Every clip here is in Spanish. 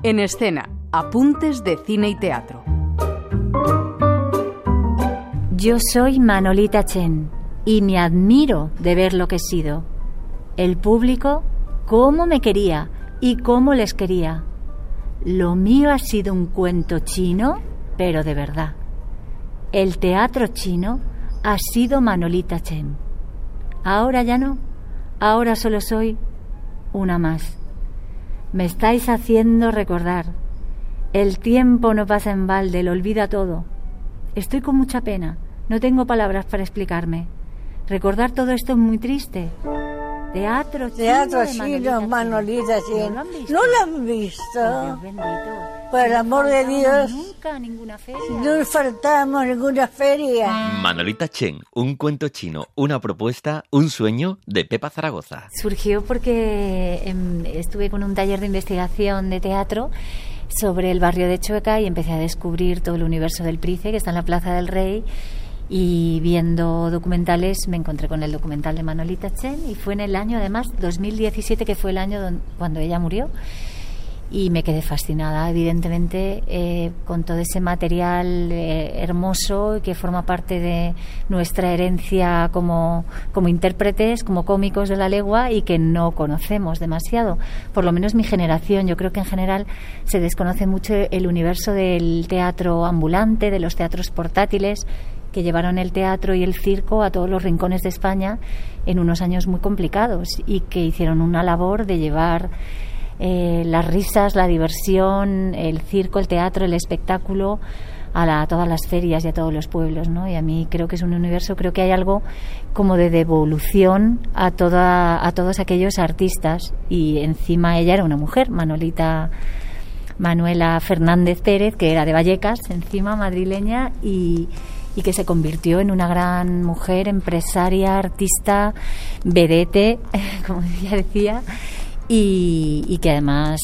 En escena, apuntes de cine y teatro. Yo soy Manolita Chen y me admiro de ver lo que he sido. El público, cómo me quería y cómo les quería. Lo mío ha sido un cuento chino, pero de verdad. El teatro chino ha sido Manolita Chen. Ahora ya no, ahora solo soy una más. Me estáis haciendo recordar. El tiempo no pasa en balde, lo olvida todo. Estoy con mucha pena, no tengo palabras para explicarme. Recordar todo esto es muy triste. Teatro chino, Manolita Chen. ¿No lo han visto? Dios bendito. Por el amor de Dios. Nunca ninguna feria. No faltamos ninguna feria. Manolita Chen, un cuento chino, una propuesta, un sueño de Pepa Zaragoza. Surgió porque estuve con un taller de investigación de teatro sobre el barrio de Chueca y empecé a descubrir todo el universo del Price, que está en la Plaza del Rey. Y viendo documentales me encontré con el documental de Manolita Chen y fue en el año, además, 2017, que fue el año cuando ella murió, y me quedé fascinada, evidentemente, con todo ese material hermoso que forma parte de nuestra herencia como intérpretes, como cómicos de la legua, y que no conocemos demasiado, por lo menos mi generación. Yo creo que en general se desconoce mucho el universo del teatro ambulante, de los teatros portátiles, que llevaron el teatro y el circo a todos los rincones de España en unos años muy complicados y que hicieron una labor de llevar las risas, la diversión, el circo, el teatro, el espectáculo a todas las ferias y a todos los pueblos, ¿no? Y a mí creo que es un universo, creo que hay algo como de devolución a todos aquellos artistas, y encima ella era una mujer, Manuela Fernández Pérez, que era de Vallecas, encima madrileña, y que se convirtió en una gran mujer, empresaria, artista, vedette, como ella decía, y que además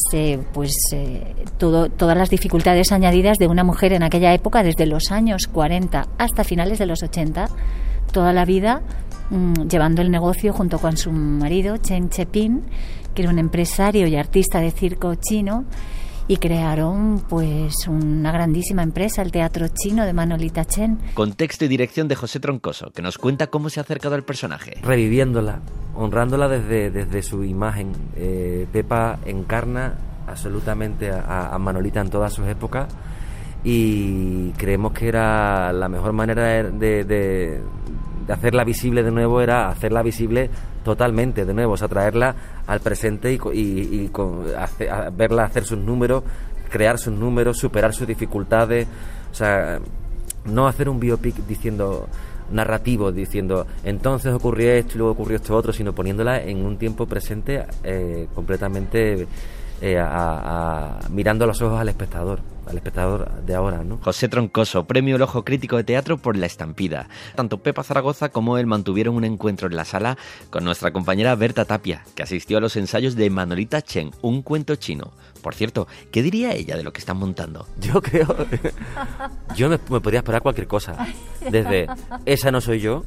todas las dificultades añadidas de una mujer en aquella época, desde los años 40 hasta finales de los 80, toda la vida llevando el negocio junto con su marido, Chen Chepin, que era un empresario y artista de circo chino, y crearon pues una grandísima empresa, el Teatro Chino de Manolita Chen. Con texto y dirección de José Troncoso, que nos cuenta cómo se ha acercado al personaje. Reviviéndola, honrándola desde su imagen. Pepa encarna absolutamente a Manolita en todas sus épocas, y creemos que era la mejor manera de hacerla visible de nuevo, era hacerla visible totalmente de nuevo, o sea, traerla al presente y verla hacer sus números, crear sus números, superar sus dificultades, o sea, no hacer un biopic narrativo diciendo entonces ocurrió esto y luego ocurrió esto otro, sino poniéndola en un tiempo presente completamente mirando a los ojos al espectador de ahora, ¿no? José Troncoso, premio El Ojo Crítico de Teatro por La Estampida. Tanto Pepa Zaragoza como él mantuvieron un encuentro en la sala con nuestra compañera Berta Tapia, que asistió a los ensayos de Manolita Chen, un cuento chino. Por cierto, ¿qué diría ella de lo que están montando? Yo creo... Yo me podría esperar cualquier cosa. Desde, esa no soy yo,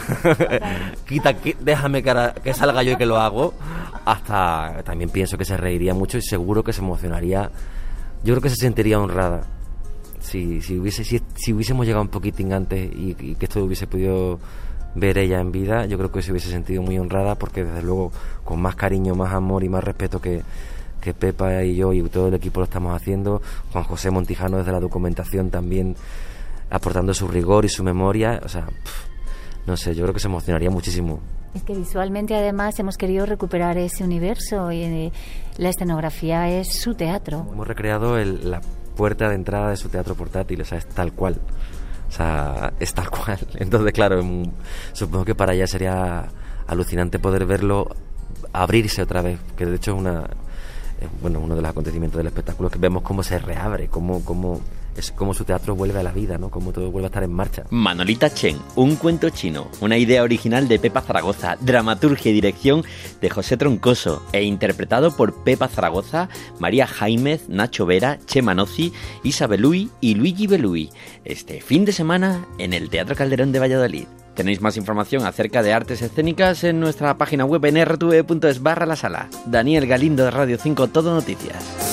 déjame que salga yo y que lo hago, hasta también pienso que se reiría mucho y seguro que se emocionaría. Yo creo que se sentiría honrada si hubiésemos llegado un poquitín antes y que esto hubiese podido ver ella en vida. Yo creo que se hubiese sentido muy honrada, porque desde luego con más cariño, más amor y más respeto que Pepa y yo y todo el equipo lo estamos haciendo. Juan José Montijano desde la documentación también aportando su rigor y su memoria. O sea, no sé, yo creo que se emocionaría muchísimo. Es que visualmente además hemos querido recuperar ese universo y la escenografía es su teatro. Hemos recreado la puerta de entrada de su teatro portátil, o sea, es tal cual. O sea, es tal cual. Entonces, claro, supongo que para ella sería alucinante poder verlo abrirse otra vez, que de hecho es uno de los acontecimientos del espectáculo, es que vemos cómo se reabre, cómo su teatro vuelve a la vida, ¿no? Cómo todo vuelve a estar en marcha. Manolita Chen, un cuento chino, una idea original de Pepa Zaragoza, dramaturgia y dirección de José Troncoso, e interpretado por Pepa Zaragoza, María Jaimez, Nacho Vera, Chema Nozzi, Isa Belui y Luigi Belui. Este fin de semana en el Teatro Calderón de Valladolid. Tenéis más información acerca de artes escénicas en nuestra página web en rtv.es/la sala. Daniel Galindo de Radio 5 Todo Noticias.